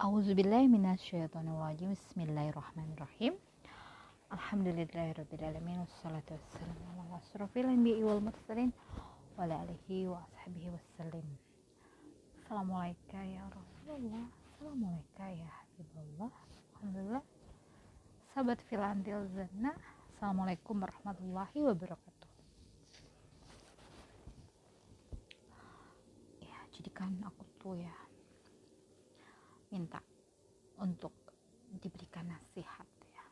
A'udzubillahi minasyaitonirrajim. Bismillahirrahmanirrahim. Alhamdulillahirabbil alamin wassalatu wassalamu ala asrofil anbiya'i wal mursalin wa ala alihi wa ashabihi wasallim. Assalamualaikum ya Rasulullah. Assalamualaikum ya Habibullah. Alhamdulillah. Sahabat filantil zana. Assalamualaikum warahmatullahi wabarakatuh. Ya, jadi kan aku tuh ya minta untuk diberikan nasihat ya,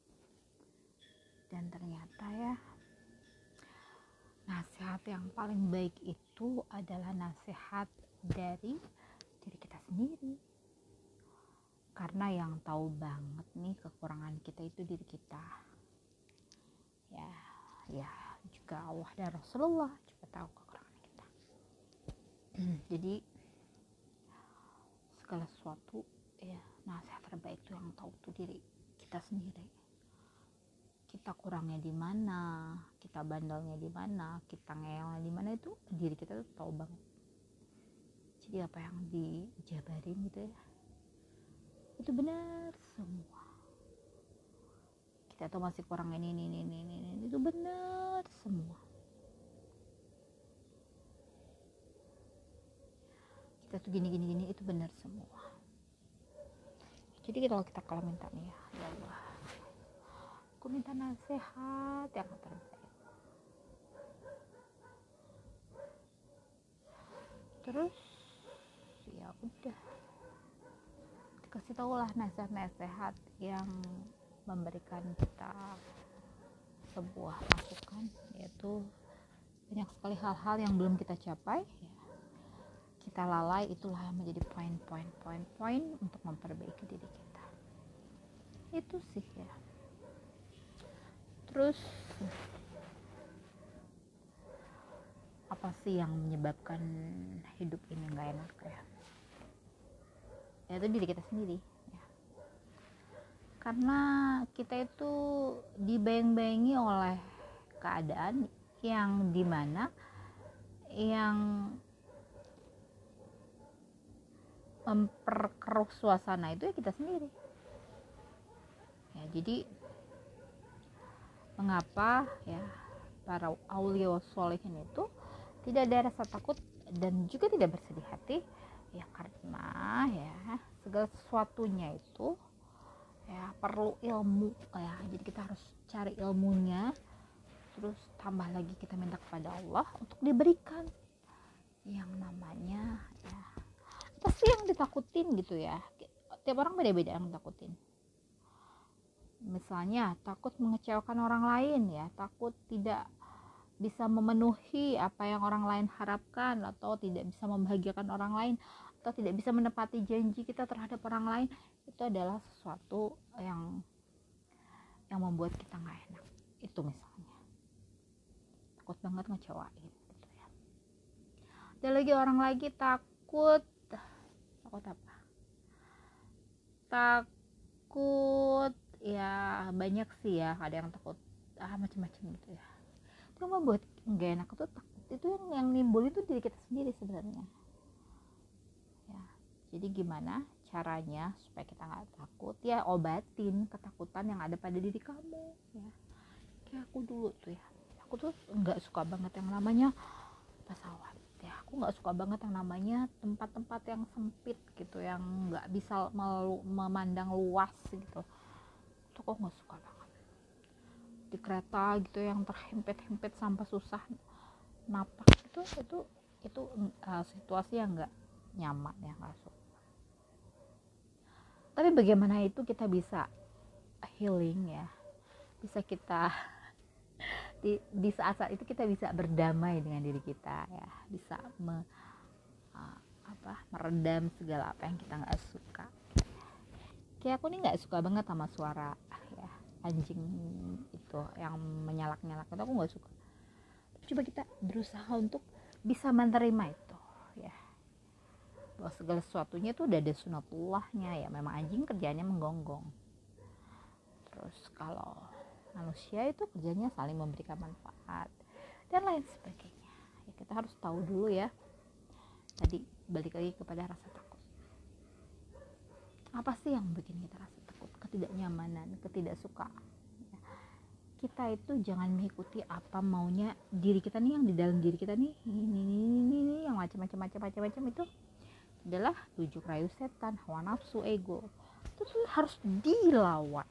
dan ternyata ya nasihat yang paling baik itu adalah nasihat dari diri kita sendiri, karena yang tahu banget nih kekurangan kita itu diri kita ya juga Allah dan Rasulullah juga tahu kekurangan kita. Jadi segala sesuatu ya, nasihat terbaik itu yang tahu tuh diri kita sendiri. Kita kurangnya di mana, kita bandelnya di mana, kita ngeyelnya di mana, itu diri kita tuh tahu banget. Jadi apa yang dijabarin gitu ya, itu benar semua. Kita tuh masih kurang ini, itu benar semua. Kita tuh gini itu benar semua. Jadi kalau minta nih ya Allah, aku minta nasihat yang terbaik. Terus ya udah, dikasih tahulah nasihat yang memberikan kita sebuah masukan, yaitu banyak sekali hal-hal yang belum kita capai ya, kita lalai, itulah yang menjadi poin untuk memperbaiki diri kita. Itu sih ya. Terus apa sih yang menyebabkan hidup ini gak enak ya? Itu diri kita sendiri ya. Karena kita itu dibayang-bayangi oleh keadaan yang dimana yang memperkeruh suasana itu ya kita sendiri ya. Jadi mengapa ya para aulia wassolihin itu tidak ada rasa takut dan juga tidak bersedih hati ya, karena ya segala sesuatunya itu ya perlu ilmu ya. Jadi kita harus cari ilmunya, terus tambah lagi kita minta kepada Allah untuk diberikan yang namanya ya, apa sih yang ditakutin gitu ya. Tiap orang beda-beda yang ditakutin. Misalnya takut mengecewakan orang lain ya, takut tidak bisa memenuhi apa yang orang lain harapkan, atau tidak bisa membahagiakan orang lain, atau tidak bisa menepati janji kita terhadap orang lain. Itu adalah sesuatu yang membuat kita gak enak. Itu misalnya takut banget ngecewain gitu ya. Ada lagi orang lagi takut apa? Takut ya, banyak sih ya, ada yang takut macam-macam gitu ya. Itu membuat nggak enak. Itu takut itu yang nimbul itu diri kita sendiri sebenarnya ya. Jadi gimana caranya supaya kita nggak takut ya? Obatin ketakutan yang ada pada diri kamu ya. Kayak aku dulu tuh ya, aku tuh nggak suka banget yang namanya pesawat ya. Aku nggak suka banget yang namanya tempat-tempat yang sempit gitu, yang nggak bisa memandang luas gitu. Itu kok nggak suka banget. Di kereta gitu yang terhimpit-himpit sampai susah napak, itu situasi yang nggak nyaman ya, nggak suka. Tapi bagaimana itu kita bisa healing ya, bisa kita di saat-saat itu kita bisa berdamai dengan diri kita ya, bisa meredam segala apa yang kita nggak suka. Kayak aku nih nggak suka banget sama suara ya anjing itu yang menyalak-nyalak, itu aku nggak suka. Coba kita berusaha untuk bisa menerima itu ya, bahwa segala sesuatunya itu udah ada sunatullahnya ya. Memang anjing kerjanya menggonggong, terus kalau manusia itu kerjanya saling memberikan manfaat dan lain sebagainya ya. Kita harus tahu dulu ya, tadi balik lagi kepada rasa takut. Apa sih yang bikin kita rasa takut? Ketidaknyamanan, ketidaksukaan. Kita itu jangan mengikuti apa maunya diri kita nih, yang di dalam diri kita nih, ini yang macam-macam itu adalah bujuk rayu setan, hawa nafsu, ego. Itu tuh harus dilawan.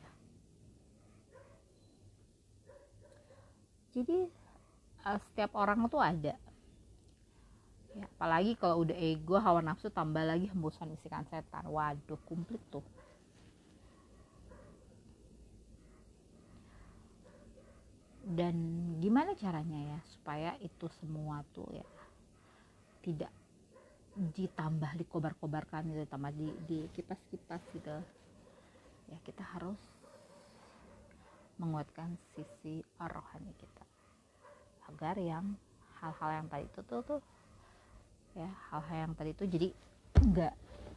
Jadi setiap orang tuh ada ya, apalagi kalau udah ego, hawa nafsu, tambah lagi hembusan bisikan setan, waduh komplit tuh. Dan gimana caranya ya supaya itu semua tuh ya tidak ditambah, dikobar-kobarkan gitu, tambah di kipas-kipas gitu ya. Kita harus menguatkan sisi rohani kita agar yang hal-hal yang tadi itu tuh ya, hal-hal yang tadi itu jadi enggak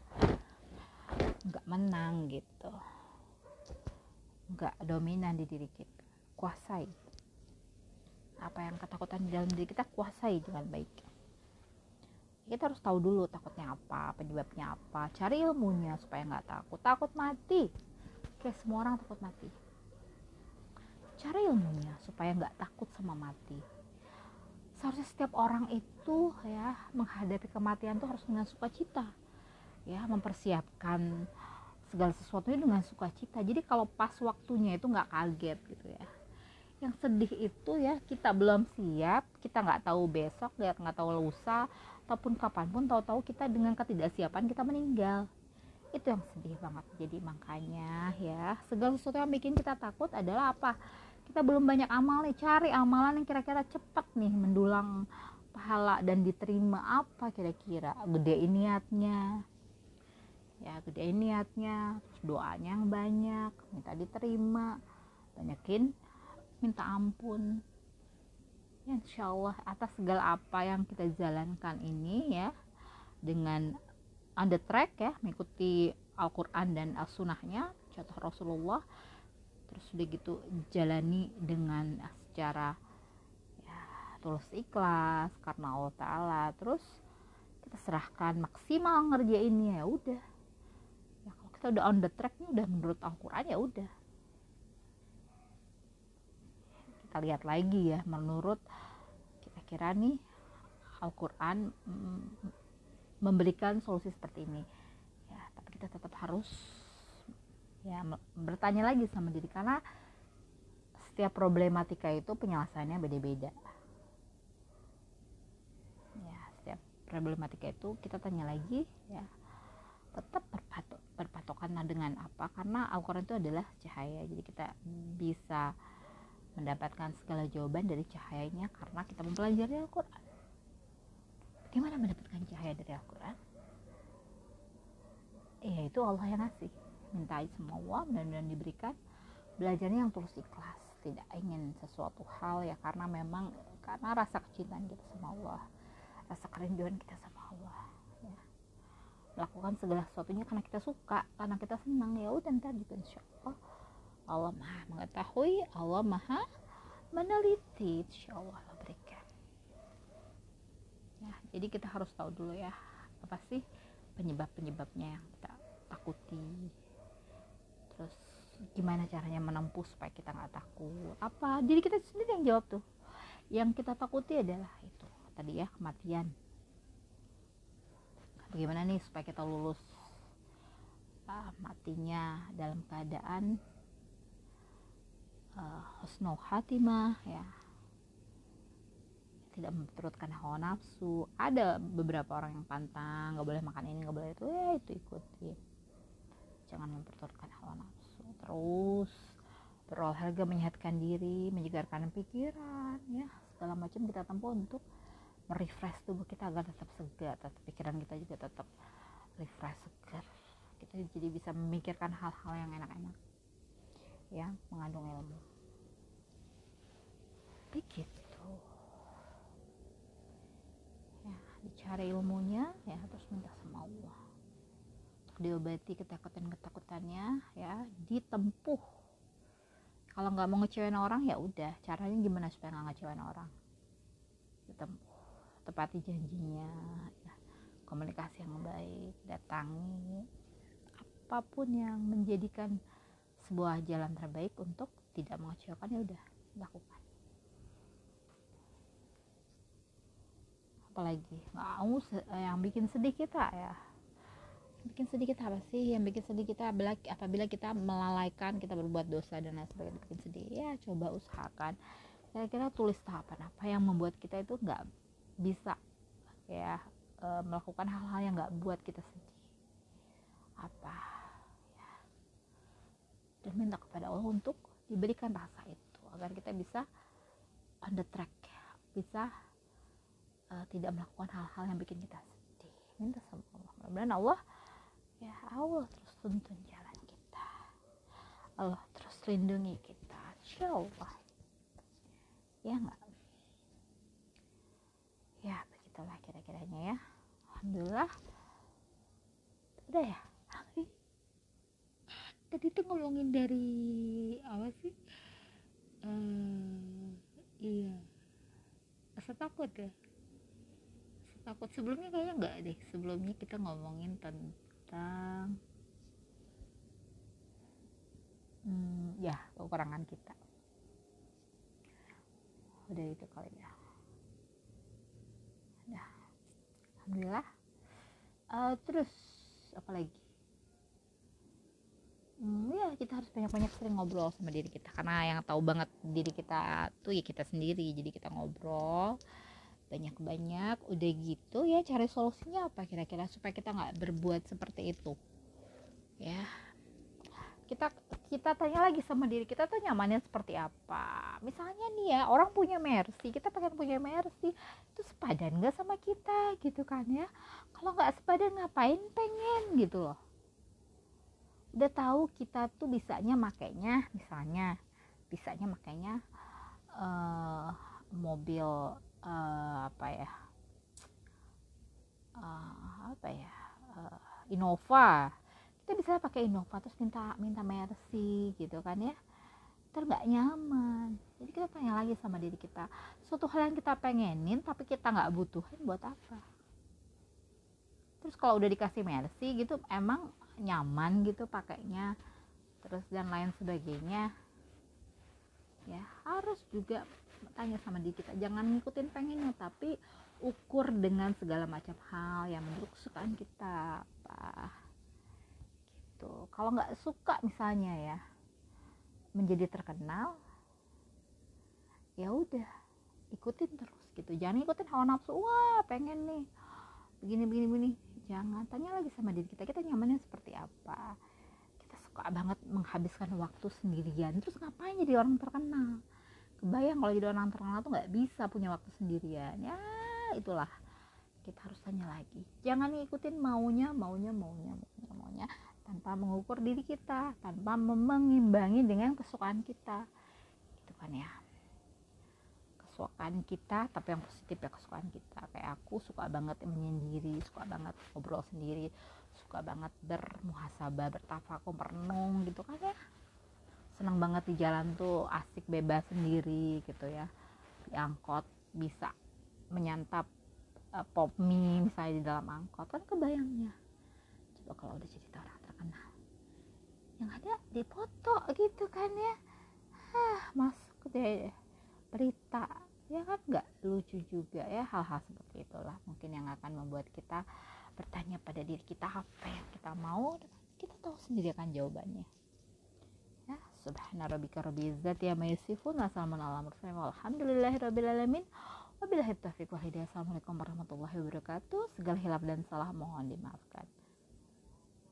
menang gitu, enggak dominan di diri kita. Kuasai apa yang ketakutan di dalam diri kita, kuasai dengan baik. Kita harus tahu dulu takutnya apa, penyebabnya apa, cari ilmunya supaya nggak takut mati. Oke, semua orang takut mati. Cari ilmunya supaya nggak takut sama mati. Seharusnya setiap orang itu ya menghadapi kematian tuh harus dengan sukacita, ya, mempersiapkan segala sesuatunya dengan sukacita. Jadi kalau pas waktunya itu nggak kaget gitu ya. Yang sedih itu ya kita belum siap, kita nggak tahu besok, nggak tahu lusa, ataupun kapanpun tahu-tahu kita dengan ketidaksiapan kita meninggal. Itu yang sedih banget. Jadi makanya ya segala sesuatu yang bikin kita takut adalah apa? Kita belum banyak amal nih, cari amalan yang kira-kira cepat nih mendulang pahala dan diterima. Apa kira-kira? Gedein niatnya ya, gedein niatnya, terus doanya yang banyak, minta diterima, banyakin minta ampun ya, insya Allah atas segala apa yang kita jalankan ini ya, dengan on the track ya, mengikuti Al-Quran dan As-Sunnahnya, contoh Rasulullah. Terus udah gitu jalani dengan secara ya, tulus ikhlas karena Allah Ta'ala. Terus kita serahkan maksimal ngerjainnya, ya udah ya, kalau kita udah on the track nih, udah menurut Al-Quran, ya udah kita lihat lagi ya menurut kira-kira nih Al-Quran memberikan solusi seperti ini ya. Tapi kita tetap harus ya bertanya lagi sama diri, karena setiap problematika itu penyelesaiannya beda-beda ya. Setiap problematika itu kita tanya lagi ya, tetap berpatokan dengan apa, karena Al-Quran itu adalah cahaya. Jadi kita bisa mendapatkan segala jawaban dari cahayanya karena kita mempelajari Al-Quran. Gimana mendapatkan cahaya dari Al-Quran? Ya itu Allah yang ngasih. Mintai semua Allah, dan diberikan. Belajarnya yang tulus ikhlas, tidak ingin sesuatu hal ya, karena memang karena rasa kecintaan kita sama Allah, rasa kerinduan kita sama Allah ya. Melakukan segala sesuatunya karena kita suka, karena kita senang, ya udah ntar juga insya Allah Allah maha mengetahui, Allah maha meneliti, insya Allah Allah berikan ya. Jadi kita harus tahu dulu ya, apa sih penyebabnya yang kita takuti, terus gimana caranya menempuh supaya kita nggak takut. Apa diri kita sendiri yang jawab tuh. Yang kita takuti adalah itu tadi ya, kematian. Bagaimana nih supaya kita lulus matinya dalam keadaan husnul khatimah ya, tidak memperturutkan hawa nafsu. Ada beberapa orang yang pantang, nggak boleh makan ini, nggak boleh itu, ya itu ikuti, jangan memperturutkan hawa nafsu. Terus berolahraga, menyehatkan diri, menyegarkan pikiran ya, segala macam kita tempuh untuk merefresh tubuh kita agar tetap segar, tetap pikiran kita juga tetap refresh, segar. Kita jadi bisa memikirkan hal-hal yang enak-enak yang mengandung ilmu. Begitu ya, dicari ilmunya ya, terus minta sama Allah untuk diobati ketakutannya ya, ditempuh. Kalau nggak mau ngecewain orang, ya udah caranya gimana supaya nggak ngecewain orang, ditempuh, tepati janjinya ya, komunikasi yang baik, datangi apapun yang menjadikan sebuah jalan terbaik untuk tidak mengecewakan, ya udah lakukan. Apalagi nggak mau yang bikin sedih kita ya, bikin sedih kita apa sih? Yang bikin sedih kita apabila kita melalaikan, kita berbuat dosa dan lain sebagainya, bikin sedih. Ya coba usahakan kira-kira tulis tahapan apa yang membuat kita itu nggak bisa ya melakukan hal-hal yang nggak buat kita sedih apa ya, dan minta kepada Allah untuk diberikan rasa itu agar kita bisa on the track, bisa tidak melakukan hal-hal yang bikin kita sedih. Minta sama Allah, mudah-mudahan Allah terus tuntun jalan kita, Allah terus lindungi kita, insyaallah ya nggak ya, begitulah kira-kiranya ya. Alhamdulillah udah ya. Tadi tuh ngomongin dari apa sih, iya, rasa takut ya, rasa takut sebelumnya kayaknya enggak deh, sebelumnya kita ngomongin tentang ya kekurangan kita, udah itu kali ya. Nah, alhamdulillah. Terus apa lagi? Ya kita harus banyak-banyak sering ngobrol sama diri kita, karena yang tahu banget diri kita tuh ya kita sendiri. Jadi kita ngobrol banyak-banyak, udah gitu ya cari solusinya apa kira-kira supaya kita nggak berbuat seperti itu ya. Kita tanya lagi sama diri kita tuh nyamannya seperti apa. Misalnya nih ya, orang punya Mercy, kita pengen punya Mercy, itu sepadan nggak sama kita gitu kan ya. Kalau nggak sepadan ngapain pengen gitu loh. Udah tahu kita tuh bisanya makainya, misalnya bisanya makainya mobil Innova, kita bisa pakai Innova terus minta Mercy gitu kan ya, nggak nyaman. Jadi kita tanya lagi sama diri kita, suatu hal yang kita pengenin tapi kita nggak butuhin, buat apa? Terus kalau udah dikasih Mercy gitu emang nyaman gitu pakainya, terus dan lain sebagainya ya. Harus juga tanya sama diri kita, jangan ngikutin pengennya tapi ukur dengan segala macam hal yang menurut kesukaan kita apa gitu. Kalau nggak suka misalnya ya menjadi terkenal, ya udah ikutin terus gitu, jangan ikutin hawa nafsu, wah pengen nih begini, jangan. Tanya lagi sama diri kita nyamannya seperti apa. Kita suka banget menghabiskan waktu sendirian, terus ngapain jadi orang terkenal? Kebayang kalau jadi orang terkenal tuh nggak bisa punya waktu sendirian ya. Itulah kita harus tanya lagi, jangan ngikutin maunya tanpa mengukur diri kita, tanpa mengimbangi dengan kesukaan kita gitu kan ya. Kesukaan kita tapi yang positif ya, kesukaan kita. Kayak aku suka banget menyendiri, suka banget ngobrol sendiri, suka banget bermuhasabah, bertafakur, merenung gitu kan ya. Senang banget di jalan tuh asik bebas sendiri gitu ya. Di angkot bisa menyantap pop mie misalnya di dalam angkot, kan kebayangnya. Coba kalau udah jadi orang terkenal, yang ada dipoto gitu kan ya, masuk deh berita ya kan, nggak lucu juga ya. Hal-hal seperti itulah mungkin yang akan membuat kita bertanya pada diri kita apa yang kita mau, kita tahu sendiri akan jawabannya ya. Subhana rabbika rabbil izzati amma yasifun wa salamun alal mursalin walhamdulillahi rabbil alamin. Wabillahi taufiq wal hidayah. Assalamualaikum warahmatullahi wabarakatuh. Segala hilaf dan salah mohon dimaafkan.